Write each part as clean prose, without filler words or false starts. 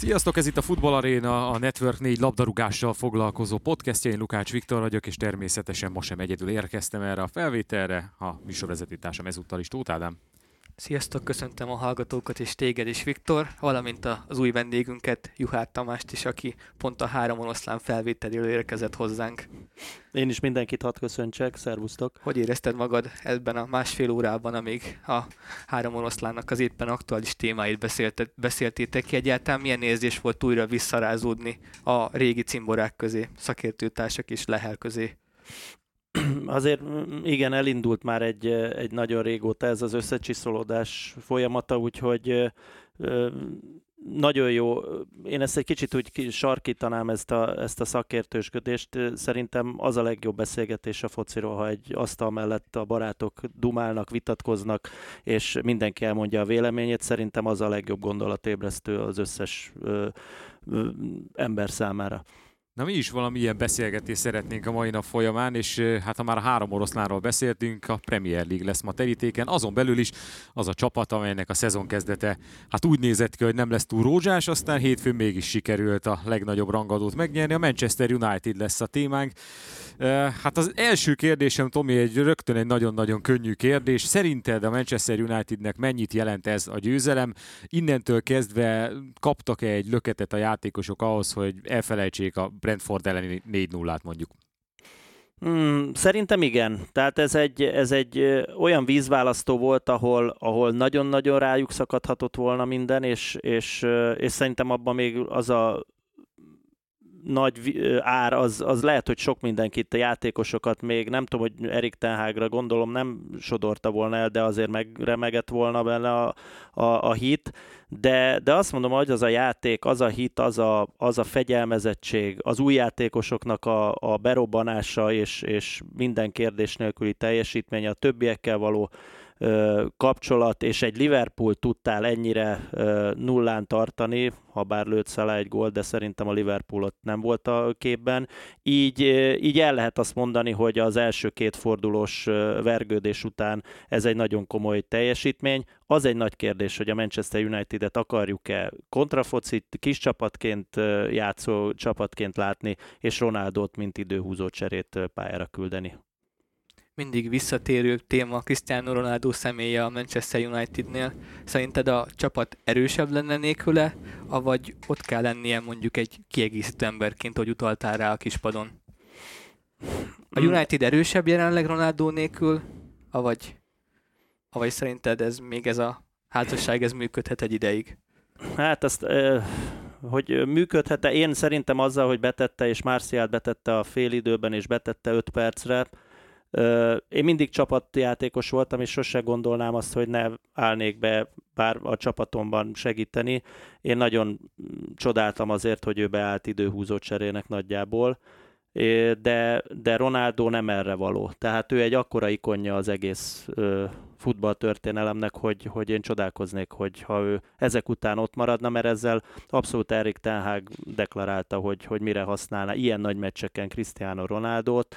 Sziasztok, ez itt a Futball Arena, a Network 4 labdarúgással foglalkozó podcastja. Én Lukács Viktor vagyok, és természetesen ma sem egyedül érkeztem erre a felvételre. A műsorvezetőtársam ezúttal is Tóth Ádám. Sziasztok, köszöntöm a hallgatókat és téged is, Viktor, valamint az új vendégünket, Juhár Tamást is, aki pont a 3 oroszlán felvételéről érkezett hozzánk. Én is mindenkit hadd köszöntsek, szervusztok! Hogy érezted magad ebben a másfél órában, amíg a 3 oroszlánnak az éppen aktuális témáit beszéltétek ki? Egyáltalán milyen érzés volt újra visszarázódni a régi cimborák közé, szakértőtársak és Lehel közé? Azért igen, elindult már egy nagyon régóta ez az összecsiszolódás folyamata, úgyhogy nagyon jó. Én ezt egy kicsit úgy sarkítanám ezt a szakértősködést. Szerintem az a legjobb beszélgetés a fociról, ha egy asztal mellett a barátok dumálnak, vitatkoznak, és mindenki elmondja a véleményét. Szerintem az a legjobb gondolatébresztő az összes ember számára. Na, mi is valami ilyen beszélgetést szeretnénk a mai nap folyamán, és hát ha már a 3 oroszlánról beszéltünk, a Premier League lesz ma terítéken, azon belül is az a csapat, amelynek a szezon kezdete hát úgy nézett ki, hogy nem lesz túl rózsás, aztán hétfőn mégis sikerült a legnagyobb rangadót megnyerni. A Manchester United lesz a témánk. Hát az első kérdésem, Tomi, rögtön egy nagyon-nagyon könnyű kérdés. Szerinted a Manchester Unitednek mennyit jelent ez a győzelem? Innentől kezdve kaptak-e egy löketet a játékosok ahhoz, hogy elfelejtsék a Brentford elleni 4-0-át mondjuk? Szerintem igen. Tehát ez egy olyan vízválasztó volt, ahol nagyon-nagyon rájuk szakadhatott volna minden, és szerintem abban még az a nagy ár, az lehet, hogy sok mindenkit, a játékosokat még, nem tudom, hogy Erik ten Hagra gondolom nem sodorta volna el, de azért megremegett volna benne a hit, de azt mondom, hogy az a játék, az a hit, az a fegyelmezettség, az új játékosoknak a berobbanása és minden kérdés nélküli teljesítménye, a többiekkel való kapcsolat, és egy Liverpool tudtál ennyire nullán tartani, ha bár lőtt Salah egy gólt, de szerintem a Liverpool ott nem volt a képben. Így el lehet azt mondani, hogy az első 2 fordulós vergődés után ez egy nagyon komoly teljesítmény. Az egy nagy kérdés, hogy a Manchester United-et akarjuk-e kontrafocit, kis csapatként játszó csapatként látni, és Ronaldót, mint időhúzó cserét pályára küldeni. Mindig visszatérő téma Cristiano Ronaldo személye a Manchester Unitednél. Szerinted a csapat erősebb lenne nélküle, avagy ott kell lennie mondjuk egy kiegészítő emberként, hogy utaltál rá a kispadon? A United erősebb jelenleg Ronaldo nélkül, avagy szerinted ez a házasság ez működhet egy ideig? Hát azt... hogy működhet-e? Én szerintem azzal, hogy betette, és Martialt betette a félidőben, és betette 5 percre, én mindig csapatjátékos voltam, és sose gondolnám azt, hogy ne állnék be bár a csapatomban segíteni. Én nagyon csodáltam azért, hogy ő beállt időhúzó cserének nagyjából, de Ronaldo nem erre való. Tehát ő egy akkora ikonja az egész futballtörténelemnek, hogy én csodálkoznék, hogyha ő ezek után ott maradna, mert ezzel abszolút Erik ten Hag deklarálta, hogy mire használna ilyen nagy meccseken Cristiano Ronaldót.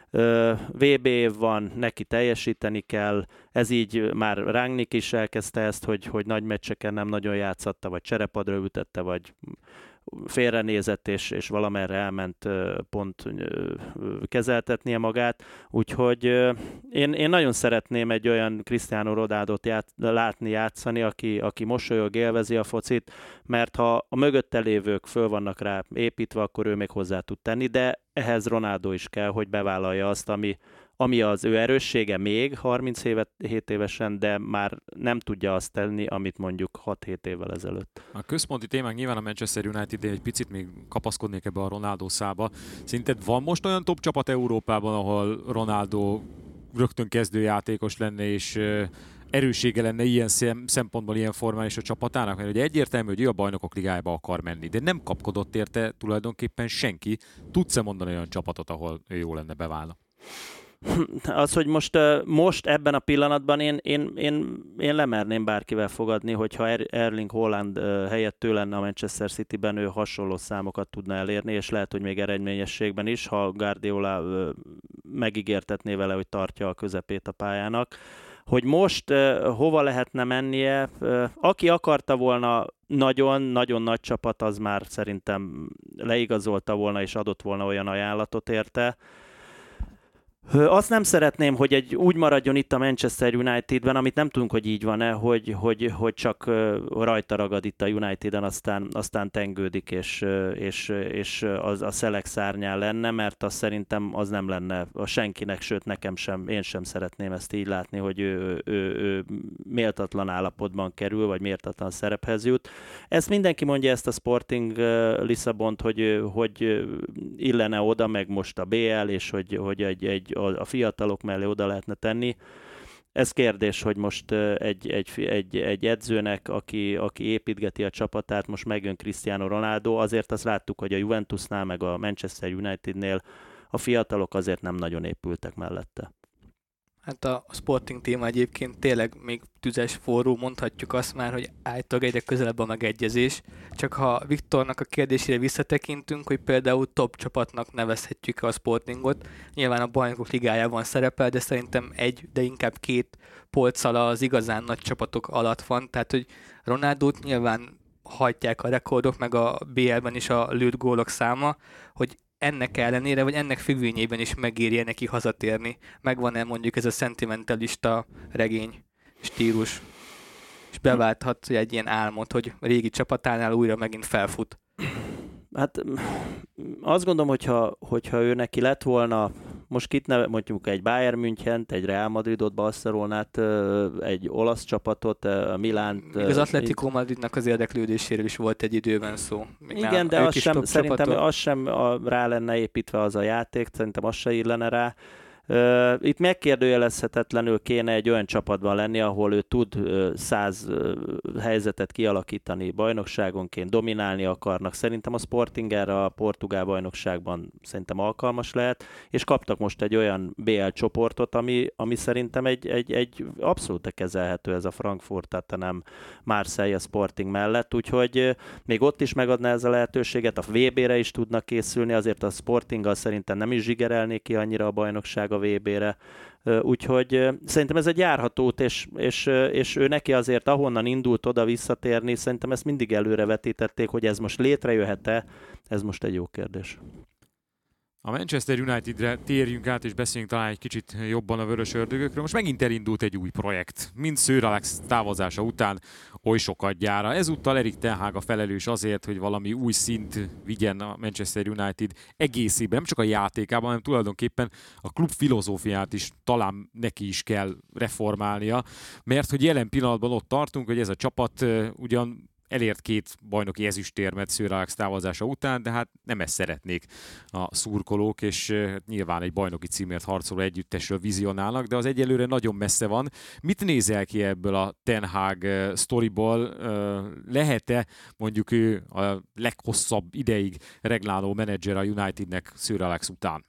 VB év van, neki teljesíteni kell, ez így már Rangnick is elkezdte ezt, hogy nagy meccseken nem nagyon játszatta, vagy cserepadra ültette, vagy félrenézett, és valamerre elment pont kezeltetnie magát. Úgyhogy én nagyon szeretném egy olyan Cristiano Ronaldót látni játszani, aki mosolyog, élvezi a focit, mert ha a mögötte lévők föl vannak rá építve, akkor ő még hozzá tud tenni, de ehhez Ronaldo is kell, hogy bevállalja azt, ami az ő erőssége még 37 évesen, de már nem tudja azt tenni, amit mondjuk 6-7 évvel ezelőtt. A központi témánk nyilván a Manchester United, de egy picit még kapaszkodnék ebbe a Ronaldo szába. Szerinted van most olyan top csapat Európában, ahol Ronaldo rögtön kezdőjátékos lenne, és erőssége lenne ilyen szempontból, ilyen formán is a csapatának? Mert ugye egyértelmű, hogy ő a Bajnokok Ligájába akar menni, de nem kapkodott érte tulajdonképpen senki. Tudsz-e mondani olyan csapatot, ahol ő jó lenne beválna? Az, hogy most ebben a pillanatban én lemerném bárkivel fogadni, hogyha Erling Haaland helyett ő lenne a Manchester Cityben, ő hasonló számokat tudna elérni, és lehet, hogy még eredményességben is, ha Guardiola megígértetné vele, hogy tartja a közepét a pályának. Hogy most hova lehetne mennie, aki akarta volna nagyon-nagyon nagy csapat, az már szerintem leigazolta volna és adott volna olyan ajánlatot érte. Azt nem szeretném, hogy úgy maradjon itt a Manchester Unitedben, amit nem tudunk, hogy így van-e, hogy csak rajta ragad itt a Uniteden, aztán tengődik, és az a szelek szárnyán lenne, mert azt szerintem az nem lenne a senkinek, sőt nekem sem, én sem szeretném ezt így látni, hogy ő méltatlan állapotban kerül, vagy méltatlan szerephez jut. Ezt mindenki mondja, ezt a Sporting Lisszabont, hogy illene oda, meg most a BL, és hogy a fiatalok mellé oda lehetne tenni. Ez kérdés, hogy most egy edzőnek, aki építgeti a csapatát, most megjön Cristiano Ronaldo, azért azt láttuk, hogy a Juventusnál, meg a Manchester Unitednél a fiatalok azért nem nagyon épültek mellette. Hát a Sporting téma egyébként tényleg még tüzes forró, mondhatjuk azt már, hogy állítólag egyre közelebb a megegyezés. Csak ha Viktornak a kérdésére visszatekintünk, hogy például top csapatnak nevezhetjük a Sportingot, nyilván a Bajnokok Ligájában szerepel, de szerintem de inkább 2 polccal az igazán nagy csapatok alatt van, tehát hogy Ronaldót nyilván hajtják a rekordok, meg a BL-ben is a lőtt gólok száma, hogy ennek ellenére, vagy ennek függvényében is megérje neki hazatérni. Megvan-e mondjuk ez a szentimentalista regény stílus, és beválthat egy ilyen álmot, hogy a régi csapatánál újra megint felfut. Hát azt gondolom, hogyha ő neki lett volna, most mondjuk egy Bayern Münchent, egy Real Madridot, Barcelonát, egy olasz csapatot, a Milánt. Még az Atletico Madridnak az érdeklődéséről is volt egy időben szó. Igen, de az sem, szerintem az sem rá lenne építve az a játék, szerintem az se illene rá. Itt megkérdőjelezhetetlenül kéne egy olyan csapatban lenni, ahol ő tud 100 helyzetet kialakítani bajnokságonként, dominálni akarnak. Szerintem a Sporting erre a portugál bajnokságban szerintem alkalmas lehet, és kaptak most egy olyan BL csoportot, ami szerintem egy abszolút kezelhető, ez a Frankfurt, tehát nem Marseille a Sporting mellett, úgyhogy még ott is megadná ez a lehetőséget, a VB-re is tudnak készülni, azért a Sportinggal szerintem nem is zsigerelnék ki annyira a bajnokság a VB-re. Úgyhogy szerintem ez egy járható út, és ő neki azért ahonnan indult oda visszatérni, szerintem ezt mindig előrevetítették, hogy ez most létrejöhet-e, ez most egy jó kérdés. A Manchester Unitedre térjünk át, és beszéljünk talán egy kicsit jobban a vörös ördögökről. Most megint elindult egy új projekt. Mint Sir Alex távozása után oly sokat gyára. Ezúttal Erik ten Hag a felelős azért, hogy valami új szint vigyen a Manchester United egészében, nem csak a játékában, hanem tulajdonképpen a klub filozófiát is talán neki is kell reformálnia, mert hogy jelen pillanatban ott tartunk, hogy ez a csapat ugyan elért 2 bajnoki ezüstérmet Sir Alex távozása után, de hát nem ezt szeretnék a szurkolók, és nyilván egy bajnoki címért harcoló együttesről vizionálnak, de az egyelőre nagyon messze van. Mit nézel ki ebből a Ten Hag sztoriból? Lehet-e mondjuk ő a leghosszabb ideig regláló menedzser a Unitednek Sir Alex után?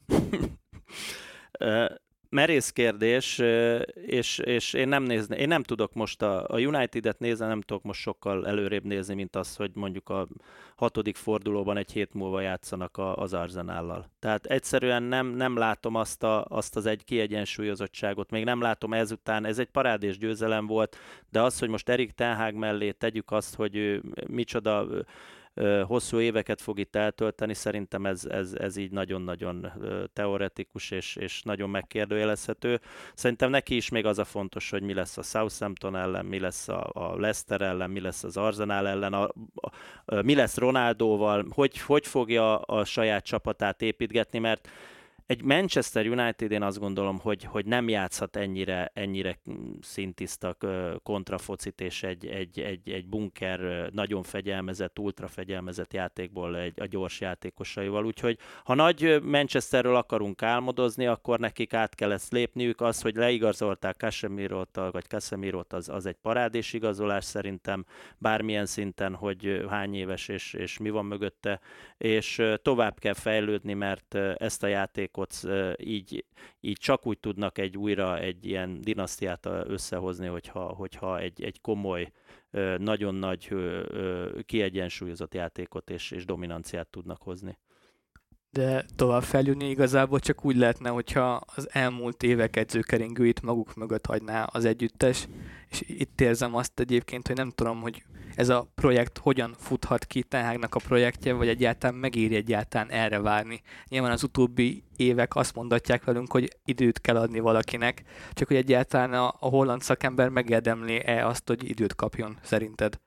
Merész kérdés, és én nem tudok most a United-et nézni, nem tudok most sokkal előrébb nézni, mint az, hogy mondjuk a 6. fordulóban egy hét múlva játszanak az Arsenállal. Tehát egyszerűen nem látom azt az egy kiegyensúlyozottságot, még nem látom ezután, ez egy parádés győzelem volt, de az, hogy most Erik ten Hag mellé tegyük azt, hogy ő micsoda hosszú éveket fog itt eltölteni, szerintem ez így nagyon-nagyon teoretikus és nagyon megkérdőjelezhető. Szerintem neki is még az a fontos, hogy mi lesz a Southampton ellen, mi lesz a Leicester ellen, mi lesz az Arsenal ellen, mi lesz Ronaldóval, hogy fogja a saját csapatát építgetni, mert egy Manchester United, én azt gondolom, hogy nem játszhat ennyire szintiszta kontrafocit, és egy bunker nagyon fegyelmezett, ultra fegyelmezett játékból a gyors játékosaival. Úgyhogy ha nagy Manchesterről akarunk álmodozni, akkor nekik át kell ezt lépniük. Az, hogy leigazolták Casemirót, az egy parádés igazolás szerintem, bármilyen szinten, hogy hány éves és mi van mögötte, és tovább kell fejlődni, mert ezt a játékot így csak úgy tudnak újra egy ilyen dinasztiát összehozni, hogyha egy komoly, nagyon nagy kiegyensúlyozott játékot és dominanciát tudnak hozni. De tovább feljutni igazából csak úgy lehetne, hogyha az elmúlt évek edzőkeringőit maguk mögött hagyná az együttes, és itt érzem azt egyébként, hogy nem tudom, hogy ez a projekt hogyan futhat ki Ten Hagnak a projektje, vagy egyáltalán megéri egyáltalán erre várni. Nyilván az utóbbi évek azt mondatják velünk, hogy időt kell adni valakinek, csak hogy egyáltalán a holland szakember megérdemli-e azt, hogy időt kapjon, szerinted?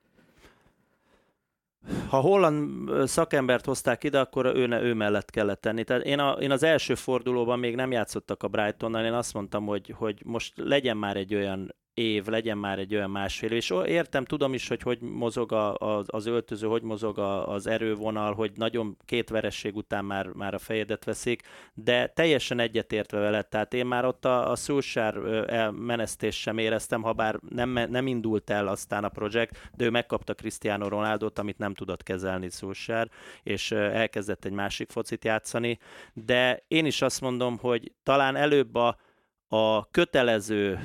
Ha holland szakembert hozták ide, akkor ő mellett kellett tenni. Tehát én az első fordulóban még nem játszottak a Brightonnal, én azt mondtam, hogy most legyen már egy olyan év, legyen már egy olyan másfél év, és értem, tudom is, hogy mozog az öltöző, hogy mozog az erővonal, hogy nagyon 2 veresség után már a fejedet veszik, de teljesen egyetértve vele, tehát én már ott a Solskjaer menesztést sem éreztem, ha bár nem indult el aztán a projekt, de ő megkapta Cristiano Ronaldot, amit nem tudott kezelni Solskjaer, és elkezdett egy másik focit játszani, de én is azt mondom, hogy talán előbb a kötelező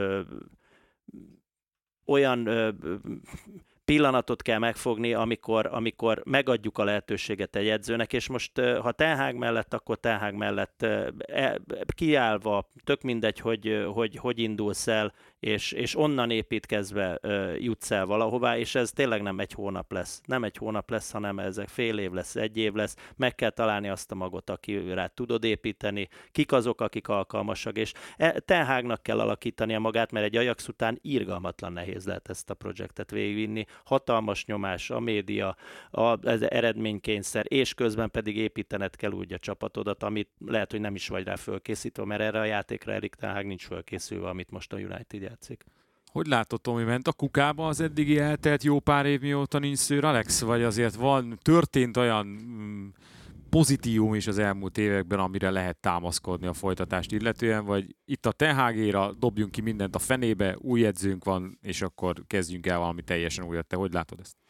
olyan pillanatot kell megfogni, amikor megadjuk a lehetőséget egy edzőnek, és most ha Ten Hag mellett, akkor Ten Hag mellett kiállva, tök mindegy, hogy indulsz el, és onnan építkezve jutsz el valahová, és ez tényleg nem egy hónap lesz. Nem egy hónap lesz, hanem ezek fél év lesz, egy év lesz. Meg kell találni azt a magot, aki rá tudod építeni, kik azok, akik alkalmasak, és Ten Hagnak kell alakítania magát, mert egy Ajax után irgalmatlan nehéz lehet ezt a projektet végigvinni. Hatalmas nyomás, a média, az eredménykényszer, és közben pedig építened kell úgy a csapatodat, amit lehet, hogy nem is vagy rá fölkészítve, mert erre a játékra Erik Ten Hag nincs fölkészülve, amit most a United játszik. Hogy látod, Tomi, ment a kukába az eddigi eltelt jó pár év, mióta nincs Sir Alex? Vagy azért történt olyan pozitívum is az elmúlt években, amire lehet támaszkodni a folytatást illetően, vagy itt a Ten Hagéra dobjunk ki mindent a fenébe, új edzőnk van, és akkor kezdjünk el valami teljesen újat. Te hogy látod ezt?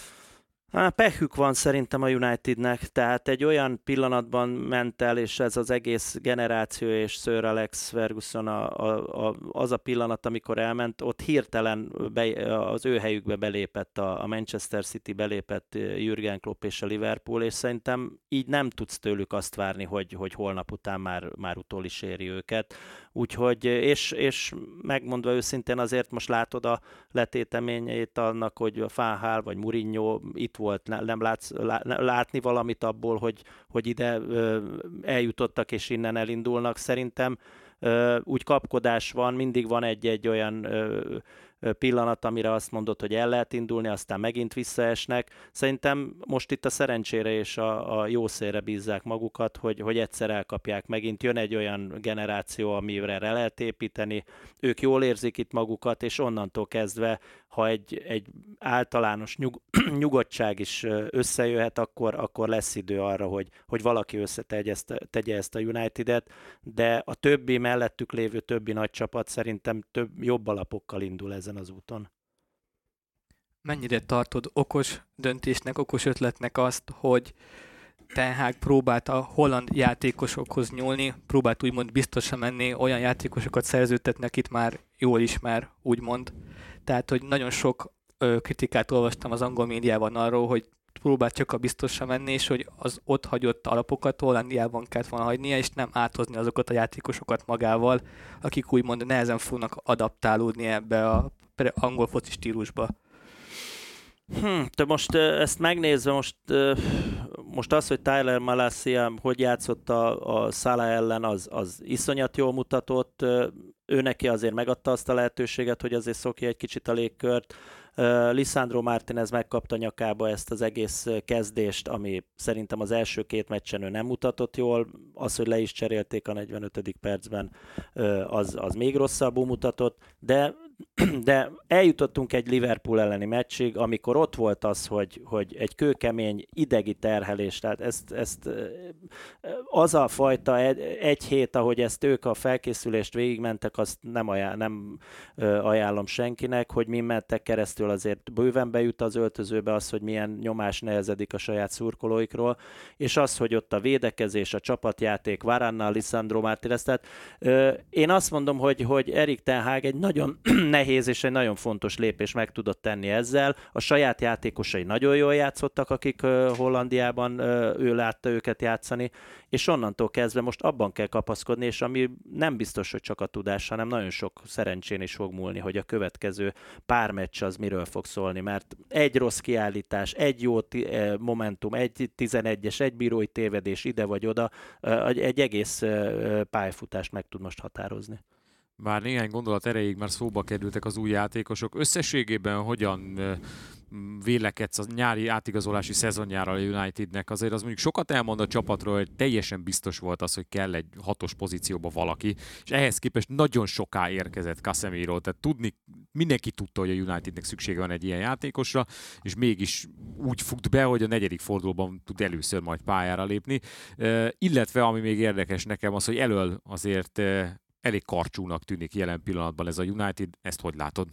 Pehük van szerintem a Unitednek, tehát egy olyan pillanatban ment el, és ez az egész generáció és Sir Alex Ferguson az a pillanat, amikor elment, ott hirtelen az ő helyükbe belépett a Manchester City, belépett Jürgen Klopp és a Liverpool, és szerintem így nem tudsz tőlük azt várni, hogy holnap után már utol is éri őket. Úgyhogy, és megmondva őszintén azért most látod a letéteményeit annak, hogy a Van Gaal vagy Mourinho itt volt, nem látni valamit abból, hogy ide eljutottak és innen elindulnak. Szerintem úgy kapkodás van, mindig van egy olyan pillanat, amire azt mondod, hogy el lehet indulni, aztán megint visszaesnek. Szerintem most itt a szerencsére és a jó szélre bízzák magukat, hogy egyszer elkapják megint. Jön egy olyan generáció, amire rá lehet építeni, ők jól érzik itt magukat, és onnantól kezdve, ha egy általános nyugodtság is összejöhet, akkor lesz idő arra, hogy valaki összetegye ezt a United-et, de a többi mellettük lévő többi nagy csapat szerintem jobb alapokkal indul ezen az úton. Mennyire tartod okos döntésnek, okos ötletnek azt, hogy Ten Hag próbált a holland játékosokhoz nyúlni, próbált úgymond biztosan menni, olyan játékosokat szerződtetni, akit már jól ismer, úgymond. Tehát, hogy nagyon sok kritikát olvastam az angol médiában arról, hogy próbált csak a biztosra menni, és hogy az ott hagyott alapokat Hollandiában kellett volna hagynia, és nem áthozni azokat a játékosokat magával, akik úgymond nehezen fognak adaptálódni ebbe a angol foci stílusba. De most ezt megnézve, most az, hogy Tyler Malacia hogy játszott a Salah ellen, az iszonyat jól mutatott. Ő neki azért megadta azt a lehetőséget, hogy azért szokja egy kicsit a légkört. Lisandro Martinez megkapta nyakába ezt az egész kezdést, ami szerintem az első 2 meccsen ő nem mutatott jól. Az, hogy le is cserélték a 45. percben, az még rosszabbul mutatott, de eljutottunk egy Liverpool elleni meccsig, amikor ott volt az, hogy egy kőkemény idegi terhelés, tehát ezt az a fajta egy hét, ahogy ezt ők a felkészülést végigmentek, azt nem ajánlom senkinek, hogy mi mentek keresztül, azért bőven bejut az öltözőbe az, hogy milyen nyomás nehezedik a saját szurkolóikról, és az, hogy ott a védekezés, a csapatjáték, Varannal, Lisandro Martinez, tehát én azt mondom, hogy Erik Ten Hag egy nagyon nehéz és egy nagyon fontos lépés meg tudott tenni ezzel. A saját játékosai nagyon jól játszottak, akik Hollandiában ő látta őket játszani, és onnantól kezdve most abban kell kapaszkodni, és ami nem biztos, hogy csak a tudás, hanem nagyon sok szerencsén is fog múlni, hogy a következő pár meccs az miről fog szólni, mert egy rossz kiállítás, egy jó momentum, egy 11-es, egy bírói tévedés ide vagy oda, egy egész pályafutást meg tud most határozni. Bár néhány gondolat erejéig már szóba kerültek az új játékosok. Összességében hogyan vélekedsz a nyári átigazolási szezonjára a Unitednek? Azért az mondjuk sokat elmond a csapatról, hogy teljesen biztos volt az, hogy kell egy 6-os pozícióba valaki, és ehhez képest nagyon soká érkezett Casemiro, tehát mindenki tudta, hogy a Unitednek szüksége van egy ilyen játékosra, és mégis úgy fut be, hogy a 4. fordulóban tud először majd pályára lépni. Illetve, ami még érdekes nekem az, hogy elől azért elég karcsúnak tűnik jelen pillanatban ez a United. Ezt hogy látod?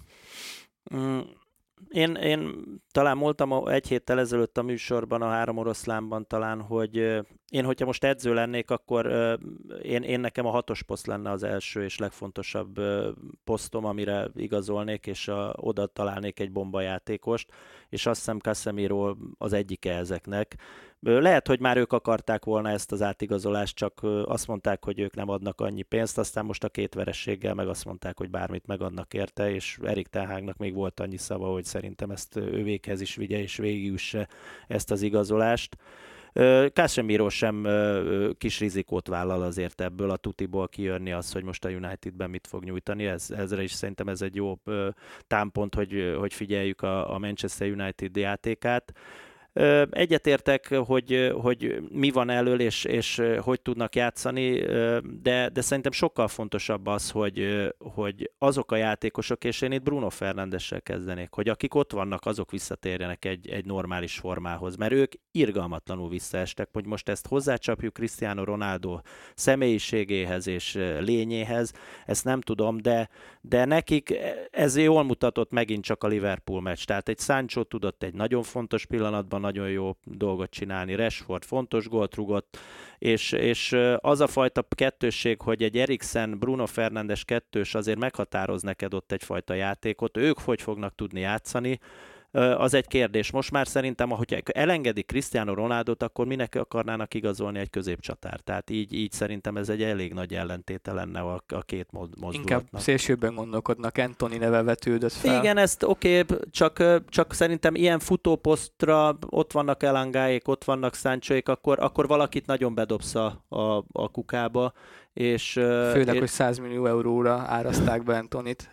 Én talán mondtam egy héttel ezelőtt a műsorban, a 3 oroszlánban talán, hogy én, hogyha most edző lennék, akkor én nekem a 6-os poszt lenne az első és legfontosabb posztom, amire igazolnék, és oda találnék egy bombajátékost, és azt hiszem Casemiro az egyike ezeknek. Lehet, hogy már ők akarták volna ezt az átigazolást, csak azt mondták, hogy ők nem adnak annyi pénzt, aztán most a 2 vereséggel meg azt mondták, hogy bármit megadnak érte, és Erik ten Hagnak még volt annyi szava, hogy szerintem ezt ővékhez is vigye, és végigüsse ezt az igazolást. Casemiro sem kis rizikót vállal azért ebből a tutiból kijönni az, hogy most a Unitedben mit fog nyújtani. Ezre is szerintem ez egy jó támpont, hogy figyeljük a Manchester United játékát. Egyetértek, hogy mi van elől, és hogy tudnak játszani, de szerintem sokkal fontosabb az, hogy azok a játékosok, és én itt Bruno Fernandessel kezdenék, hogy akik ott vannak, azok visszatérjenek egy normális formához, mert ők irgalmatlanul visszaestek, hogy most ezt hozzácsapjuk Cristiano Ronaldo személyiségéhez és lényéhez, ezt nem tudom, de nekik ez jól mutatott megint csak a Liverpool meccs. Tehát egy Sancho tudott egy nagyon fontos pillanatban nagyon jó dolgot csinálni, Rashford fontos gólt rugott, és az a fajta kettősség, hogy egy Eriksen, Bruno Fernandes kettős azért meghatároz neked ott egyfajta játékot, ők hogy fognak tudni játszani, az egy kérdés. Most már szerintem, ahogy elengedik Cristiano Ronaldot, akkor minek akarnának igazolni egy középcsatár. Tehát így szerintem ez egy elég nagy ellentéte lenne a két mozdulatnak. Inkább szélsőben gondolkodnak, Antony neve vetődött fel. Igen, ezt oké, csak szerintem ilyen futóposztra ott vannak Elangáék, ott vannak Sanchoék, akkor valakit nagyon bedobsz a kukába. És, főleg, hogy 100 millió euróra árazták be Antonyt.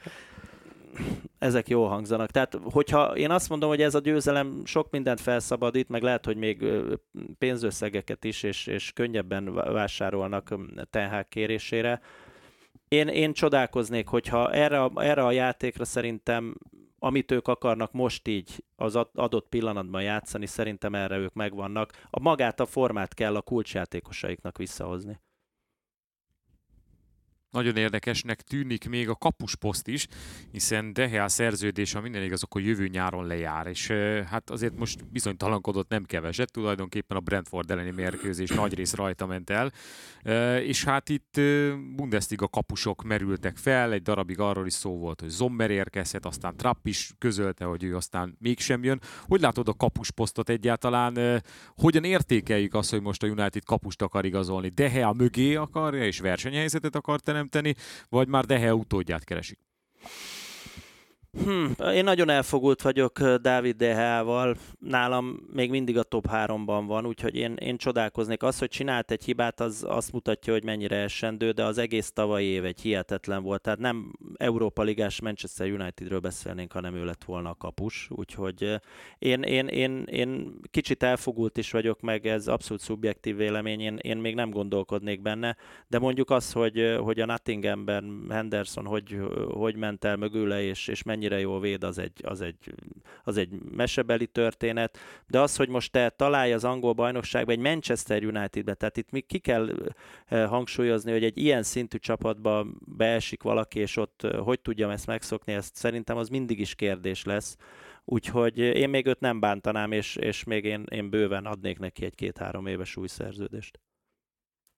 Ezek jól hangzanak. Tehát, hogyha én azt mondom, hogy ez a győzelem sok mindent felszabadít, meg lehet, hogy még pénzösszegeket is, és könnyebben vásárolnak Ten Hag kérésére. Én csodálkoznék, hogyha erre a játékra szerintem, amit ők akarnak most így az adott pillanatban játszani, szerintem erre ők megvannak. Magát a formát kell a kulcsjátékosaiknak visszahozni. Nagyon érdekesnek tűnik még a kapusposzt is, hiszen De Gea szerződés, ha minden igaz, akkor jövő nyáron lejár, és hát azért most bizonytalankodott nem keveset, tulajdonképpen a Brentford elleni mérkőzés nagy rész rajta ment el, és hát itt Bundesliga kapusok merültek fel, egy darabig arról is szó volt, hogy Sommer érkezhet, aztán Trapp is közölte, hogy ő aztán mégsem jön. Hogy látod a kapusposztot egyáltalán? Hogyan értékeljük azt, hogy most a United kapust akar igazolni? De Gea mögé akarja, és versenyhelyzetet akar teremteni, vagy már De Gea utódját keresik? Én nagyon elfogult vagyok David De Geával, nálam még mindig a top 3-ban van, úgyhogy én csodálkoznék. Az, hogy csinált egy hibát, az azt mutatja, hogy mennyire esendő, de az egész tavalyi év egy hihetetlen volt. Tehát nem Európa Ligás Manchester Unitedről beszélnénk, hanem ő lett volna a kapus. Úgyhogy én kicsit elfogult is vagyok, meg ez abszolút szubjektív vélemény, én még nem gondolkodnék benne, de mondjuk az, hogy a Nottinghamben Henderson hogy ment el mögüle, és mennyire jól véd, az egy mesebeli történet, de az, hogy most te találj az angol bajnokságban egy Manchester Unitedbe, tehát itt még ki kell hangsúlyozni, hogy egy ilyen szintű csapatba beesik valaki, és ott hogy tudjam ezt megszokni, ezt szerintem az mindig is kérdés lesz. Úgyhogy én még őt nem bántanám, és még én bőven adnék neki egy 2-3 éves új szerződést.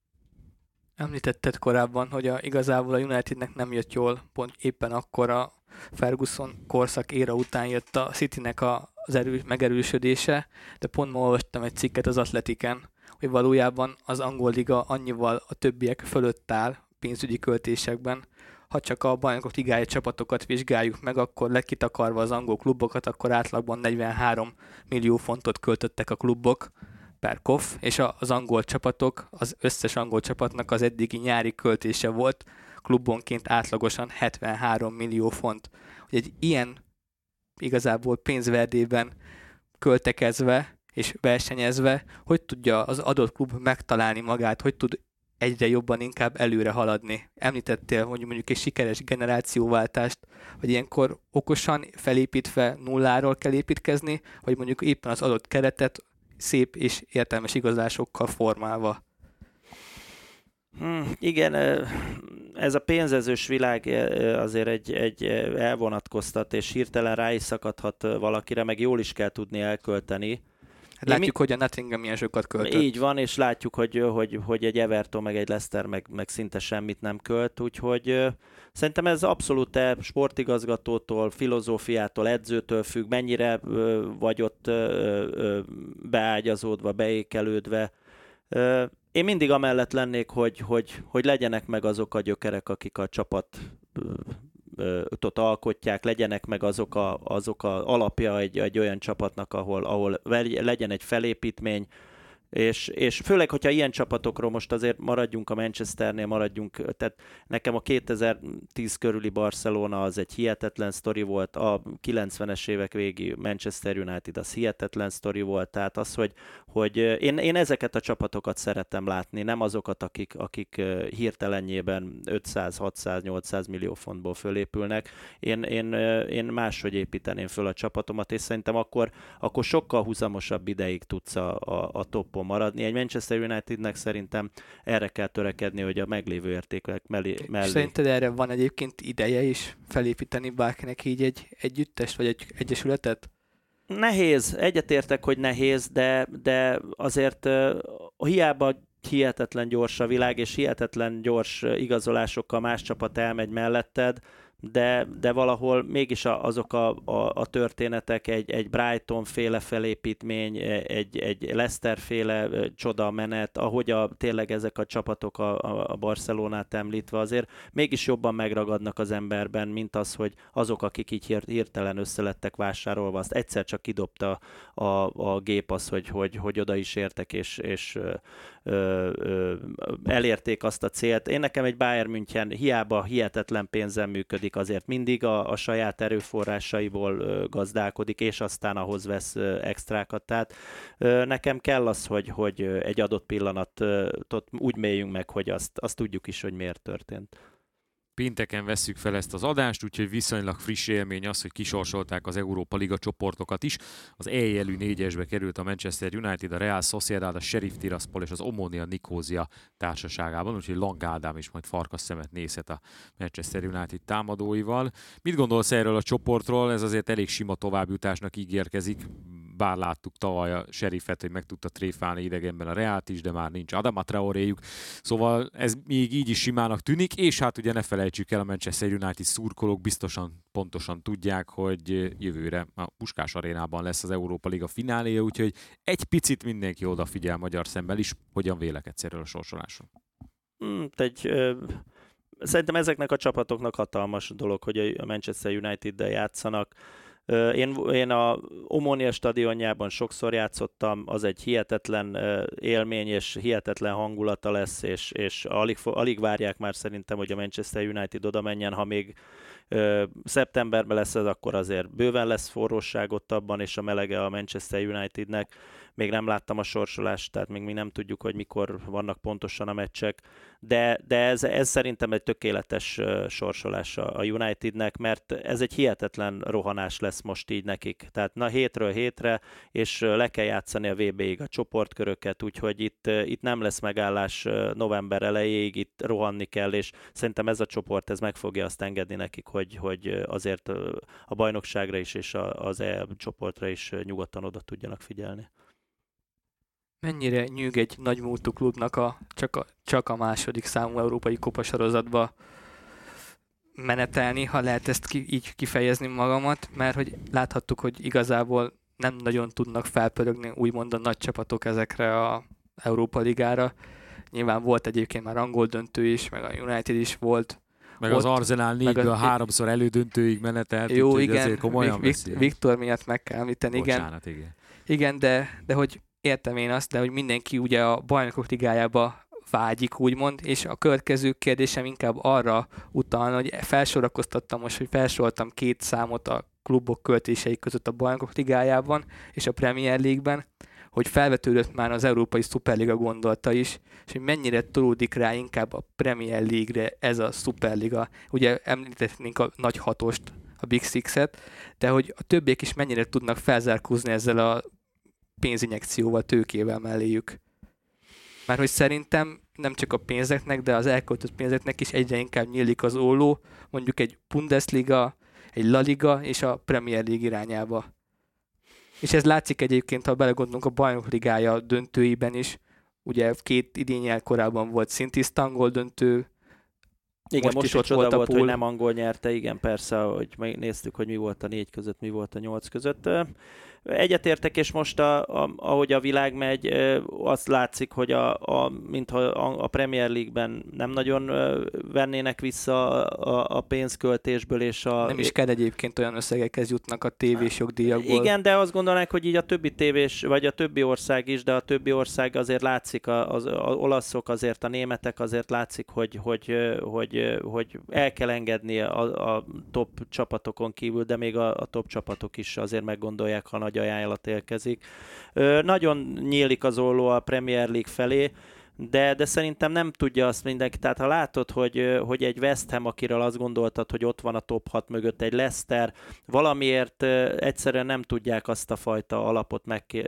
Említetted korábban, hogy igazából a Unitednek nem jött jól pont éppen akkor a Ferguson korszak éra után jött a Citynek az megerősödése, de pont ma olvastam egy cikket az Atletiken, hogy valójában az angol liga annyival a többiek fölött áll pénzügyi költésekben. Ha csak a bajnokok ligája csapatokat vizsgáljuk meg, akkor lekitakarva az angol klubokat, akkor átlagban 43 millió fontot költöttek a klubok per koff, és az angol csapatok, az összes angol csapatnak az eddigi nyári költése volt klubonként átlagosan 73 millió font. Hogy egy ilyen igazából pénzverdében költekezve és versenyezve, hogy tudja az adott klub megtalálni magát, hogy tud egyre jobban inkább előre haladni. Említettél, hogy mondjuk egy sikeres generációváltást, hogy ilyenkor okosan felépítve nulláról kell építkezni, vagy mondjuk éppen az adott keretet szép és értelmes igazolásokkal formálva. Igen, ez a pénzezős világ azért egy elvonatkoztat, és hirtelen rá is szakadhat valakire, meg jól is kell tudni elkölteni. Látjuk, hogy a Nottingham milyen sokat költött. Így van, és látjuk, hogy egy Everton, meg egy Leicester meg szinte semmit nem költ, úgyhogy szerintem ez abszolút sportigazgatótól, filozófiától, edzőtől függ, mennyire vagy ott beágyazódva, beékelődve. Én mindig amellett lennék, hogy legyenek meg azok a gyökerek, akik a csapatot alkotják, legyenek meg azok a alapja egy olyan csapatnak, ahol legyen egy felépítmény, és főleg, hogyha ilyen csapatokról most azért maradjunk a Manchesternél, tehát nekem a 2010 körüli Barcelona az egy hihetetlen sztori volt, a 90-es évek végi Manchester United az hihetetlen sztori volt, tehát az, hogy én ezeket a csapatokat szeretem látni, nem azokat, akik hirtelenjében 500, 600, 800 millió fontból fölépülnek. Én máshogy építeném föl a csapatomat, és szerintem akkor sokkal húzamosabb ideig tudsz a toppon maradni. Egy Manchester Unitednek szerintem erre kell törekedni, hogy a meglévő értékek mellé. Szerinted erre van egyébként ideje is felépíteni bárkinek így egy együttest, vagy egy egyesületet? Nehéz, egyetértek, hogy nehéz, de azért hiába hihetetlen gyors a világ, és hihetetlen gyors igazolásokkal más csapat elmegy melletted, de valahol mégis azok a történetek, egy Brighton-féle felépítmény, egy Leicester-féle csoda menet, ahogy tényleg ezek a csapatok a Barcelonát említve azért mégis jobban megragadnak az emberben, mint az, hogy azok, akik így hirtelen összelettek vásárolva, azt egyszer csak kidobta a gép az, hogy oda is értek, és elérték azt a célt. Nekem egy Bayern München hiába hihetetlen pénzzel működik, azért mindig a saját erőforrásaiból gazdálkodik, és aztán ahhoz vesz extrákat. Tehát nekem kell az, hogy egy adott pillanatot úgy mélyünk meg, hogy azt tudjuk is, hogy miért történt. Pénteken vesszük fel ezt az adást, úgyhogy viszonylag friss élmény az, hogy kisorsolták az Európa Liga csoportokat is. Az E-jelű 4-esbe került a Manchester United, a Real Sociedad, a Sheriff Tiraspol és az Omonia Nikózia társaságában, úgyhogy Lang Ádám is majd farkas szemet nézhet a Manchester United támadóival. Mit gondolsz erről a csoportról? Ez azért elég sima továbbjutásnak ígérkezik, bár láttuk tavaly a Sheriffet, hogy meg tudta tréfálni idegenben a Reált is, de már nincs Adama Traoréjuk. Szóval ez még így is simának tűnik, és hát ugye ne felejtsük el, a Manchester United szurkolók biztosan pontosan tudják, hogy jövőre a Puskás Arénában lesz az Európa Liga fináléja, úgyhogy egy picit mindenki odafigyel magyar szemmel is. Hogyan vélekedsz erről a sorsolásról? Szerintem ezeknek a csapatoknak hatalmas dolog, hogy a Manchester United-del játszanak. Én a Omonia stadionjában sokszor játszottam, az egy hihetetlen élmény és hihetetlen hangulata lesz, és alig várják már szerintem, hogy a Manchester United oda menjen, ha még szeptemberben lesz ez, akkor azért bőven lesz forróság ott abban, és a melege a Manchester Unitednek. Még nem láttam a sorsolást, tehát még mi nem tudjuk, hogy mikor vannak pontosan a meccsek, de ez szerintem egy tökéletes sorsolás a Unitednek, mert ez egy hihetetlen rohanás lesz most így nekik. Tehát hétről hétre, és le kell játszani a VB-ig a csoportköröket, úgyhogy itt nem lesz megállás november elejéig, itt rohanni kell, és szerintem ez a csoport ez meg fogja azt engedni nekik, hogy azért a bajnokságra is, és az csoportra is nyugodtan oda tudjanak figyelni. Mennyire nyűg egy nagymúltú klubnak csak a második számú európai kupasorozatba menetelni, ha lehet ezt így kifejezni magamat, mert hogy láthattuk, hogy igazából nem nagyon tudnak felpörögni úgymond a nagy csapatok ezekre a Európa Ligára. Nyilván volt egyébként már angol döntő is, meg a United is volt. Meg az Arsenal 4-ből 3-szor elődöntőig menetelt, jó, úgyhogy igen, azért komolyan Viktor miatt meg kell említeni, Bocsánat, igen. Igen, de hogy értem én azt, de hogy mindenki ugye a Bajnokok Ligájába vágyik, úgymond, és a következő kérdésem inkább arra utalna, hogy felsorakoztattam most, hogy felsoroltam 2 számot a klubok költései között a Bajnokok Ligájában és a Premier League-ben, hogy felvetődött már az Európai Szuperliga gondolata is, és hogy mennyire tolódik rá inkább a Premier League-re ez a Szuperliga. Ugye említettünk a nagy hatost, a Big Six-et, de hogy a többiek is mennyire tudnak felzárkózni ezzel a pénzinjekcióval, tőkével melléjük. Mert hogy szerintem nem csak a pénzeknek, de az elköltött pénzeknek is egyre inkább nyílik az olló, mondjuk egy Bundesliga, egy La Liga és a Premier League irányába. És ez látszik egyébként, ha belegondolunk a Bajnok Ligája döntőiben is. Ugye 2 idényel korábban volt szintiszta angol döntő. Igen, most is ott volt, a hogy nem angol nyerte, igen, persze, hogy megnéztük, hogy mi volt a 4 között, mi volt a 8 között. Egyetértek, és most ahogy a világ megy, azt látszik, hogy mintha a Premier League-ben nem nagyon vennének vissza a pénzköltésből, és nem is kell egyébként, olyan összegekhez jutnak a tévés jogdíjakból. Igen, de azt gondolnák, hogy így a többi tévés, vagy a többi ország is, de a többi ország azért látszik, az olaszok, azért a németek azért látszik, hogy el kell engedni a top csapatokon kívül, de még a top csapatok is azért meggondolják, ha nagy ajánlat érkezik. Nagyon nyílik az olló a Premier League felé, de szerintem nem tudja azt mindenki. Tehát ha látod, hogy egy West Ham, akiről azt gondoltad, hogy ott van a top 6 mögött, egy Leicester, valamiért egyszerűen nem tudják azt a fajta alapot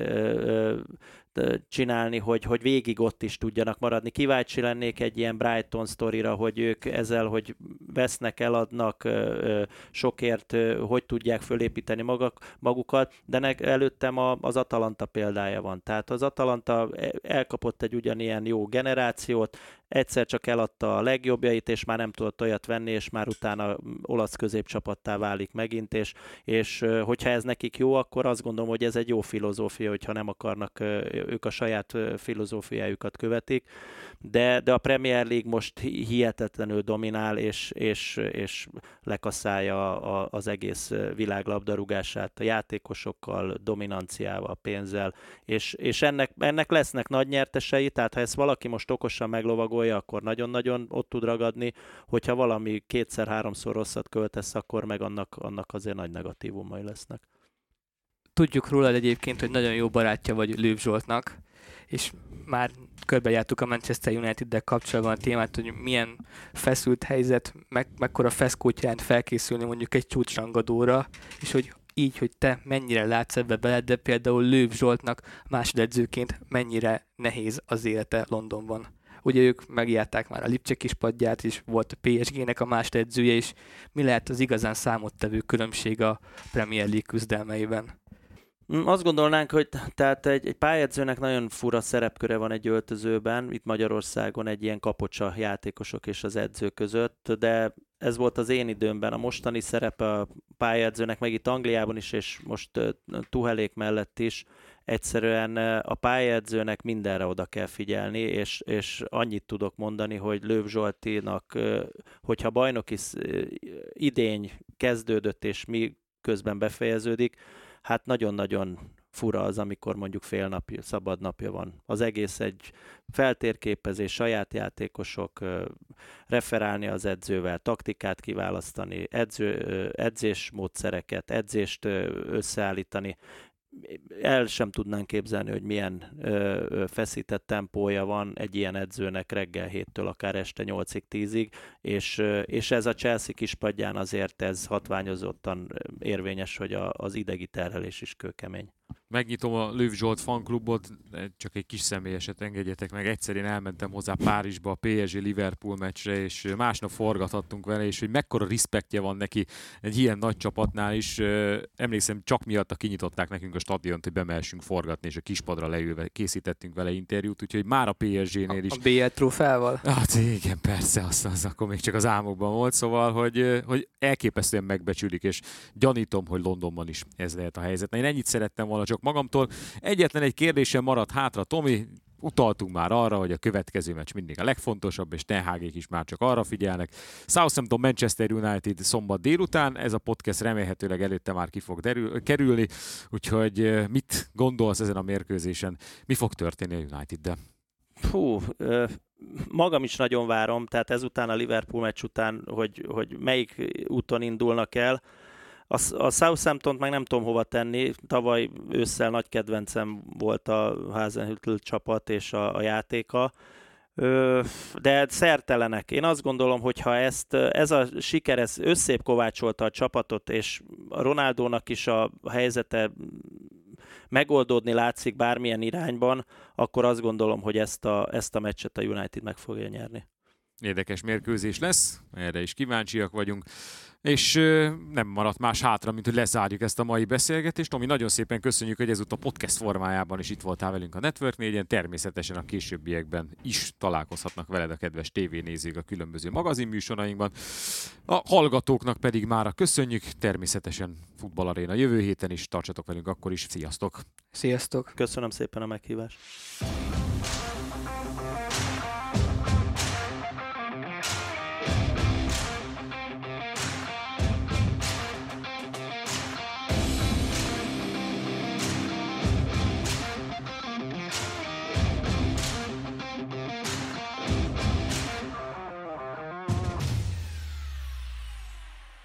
csinálni, hogy végig ott is tudjanak maradni. Kíváncsi lennék egy ilyen Brighton sztorira, hogy ők ezzel, hogy vesznek, eladnak sokért, hogy tudják fölépíteni magukat, de előttem az Atalanta példája van. Tehát az Atalanta elkapott egy ugyanilyen jó generációt, egyszer csak eladta a legjobbjait, és már nem tudott olyat venni, és már utána olasz középcsapattá válik megint, és hogyha ez nekik jó, akkor azt gondolom, hogy ez egy jó filozófia, hogyha nem akarnak, ők a saját filozófiájukat követik, de a Premier League most hihetetlenül dominál, és lekasszálja az egész világ labdarúgását a játékosokkal, dominanciával, pénzzel, és ennek lesznek nagy nyertesei, tehát ha ezt valaki most okosan meglovagolja, akkor nagyon-nagyon ott tud ragadni, hogyha valami 2-3-szor rosszat költesz, akkor meg annak azért nagy negatívumai lesznek. Tudjuk rólad egyébként, hogy nagyon jó barátja vagy Lőv Zsoltnak, és már körbejártuk a Manchester United-del kapcsolatban a témát, hogy milyen feszült helyzet, mekkora feszkót jelent felkészülni mondjuk egy csúcsrangadóra, és hogy így, hogy te mennyire látsz ebbe bele, de például Lőv Zsoltnak másodedzőként mennyire nehéz az élete Londonban. Ugye ők megjárták már a Lipcse kispadját is, volt a PSG-nek a másodedzője is. Mi lehet az igazán számottevő különbség a Premier League küzdelmeiben? Azt gondolnánk, hogy tehát egy pályázónak nagyon fura szerepköre van egy öltözőben, itt Magyarországon egy ilyen kapocsa játékosok és az edző között, de ez volt az én időmben. A mostani szerepe a pályázónak, meg itt Angliában is, és most Tuchelék mellett is, egyszerűen a pályaedzőnek mindenre oda kell figyelni, és annyit tudok mondani, hogy Lőv Zsoltinak, hogyha bajnoki idény kezdődött, és mi közben befejeződik, hát nagyon-nagyon fura az, amikor mondjuk fél napja, szabad napja van. Az egész egy feltérképezés, saját játékosok, referálni az edzővel, taktikát kiválasztani, edzésmódszereket, edzést összeállítani. El sem tudnánk képzelni, hogy milyen feszített tempója van egy ilyen edzőnek reggel 7-től akár este 8-ig, 10-ig, és ez a Chelsea kispadján azért ez hatványozottan érvényes, hogy az idegi terhelés is kőkemény. Megnyitom a Löw Zsolt fanklubot, csak egy kis személyeset engedjetek meg. Egyszer én elmentem hozzá Párizsba a PSG-Liverpool meccsre, és másnap forgathattunk vele, és hogy mekkora respektje van neki egy ilyen nagy csapatnál is. Emlékszem, csak miatt kinyitották nekünk a stadiont, hogy bemehessünk forgatni, és a kispadra leülve készítettünk vele interjút, úgyhogy már a PSG-nél is. A BL trófeával? Hát igen, persze, az akkor még csak az álmokban volt, szóval, hogy elképesztően megbecsülik, és gyanítom, hogy Londonban is ez lehet a helyzet. Na, én ennyit szerettem volna csak magamtól. Egyetlen egy kérdésem maradt hátra, Tomi, utaltunk már arra, hogy a következő meccs mindig a legfontosabb, és Ten Hagék is már csak arra figyelnek. Southampton Manchester United szombat délután, ez a podcast remélhetőleg előtte már ki fog kerülni, úgyhogy mit gondolsz ezen a mérkőzésen? Mi fog történni a United-del? Magam is nagyon várom, tehát ezután a Liverpool meccs után, hogy melyik úton indulnak el. A Southamptont meg nem tudom hova tenni. Tavaly ősszel nagy kedvencem volt a Hasenhüttl csapat és a játéka. De szertelenek. Én azt gondolom, hogy ha ez a siker összép kovácsolta a csapatot, és a Ronaldónak is a helyzete megoldódni látszik bármilyen irányban, akkor azt gondolom, hogy ezt a meccset a United meg fogja nyerni. Érdekes mérkőzés lesz, erre is kíváncsiak vagyunk. És nem maradt más hátra, mint hogy lezárjuk ezt a mai beszélgetést. Tomi, nagyon szépen köszönjük, hogy ezúttal podcast formájában is itt voltál velünk a Network 4-en. Természetesen a későbbiekben is találkozhatnak veled a kedves tévénézők a különböző magazinműsorainkban. A hallgatóknak pedig mára köszönjük. Természetesen Futballaréna jövő héten is. Tartsatok velünk akkor is. Sziasztok! Sziasztok! Köszönöm szépen a meghívást!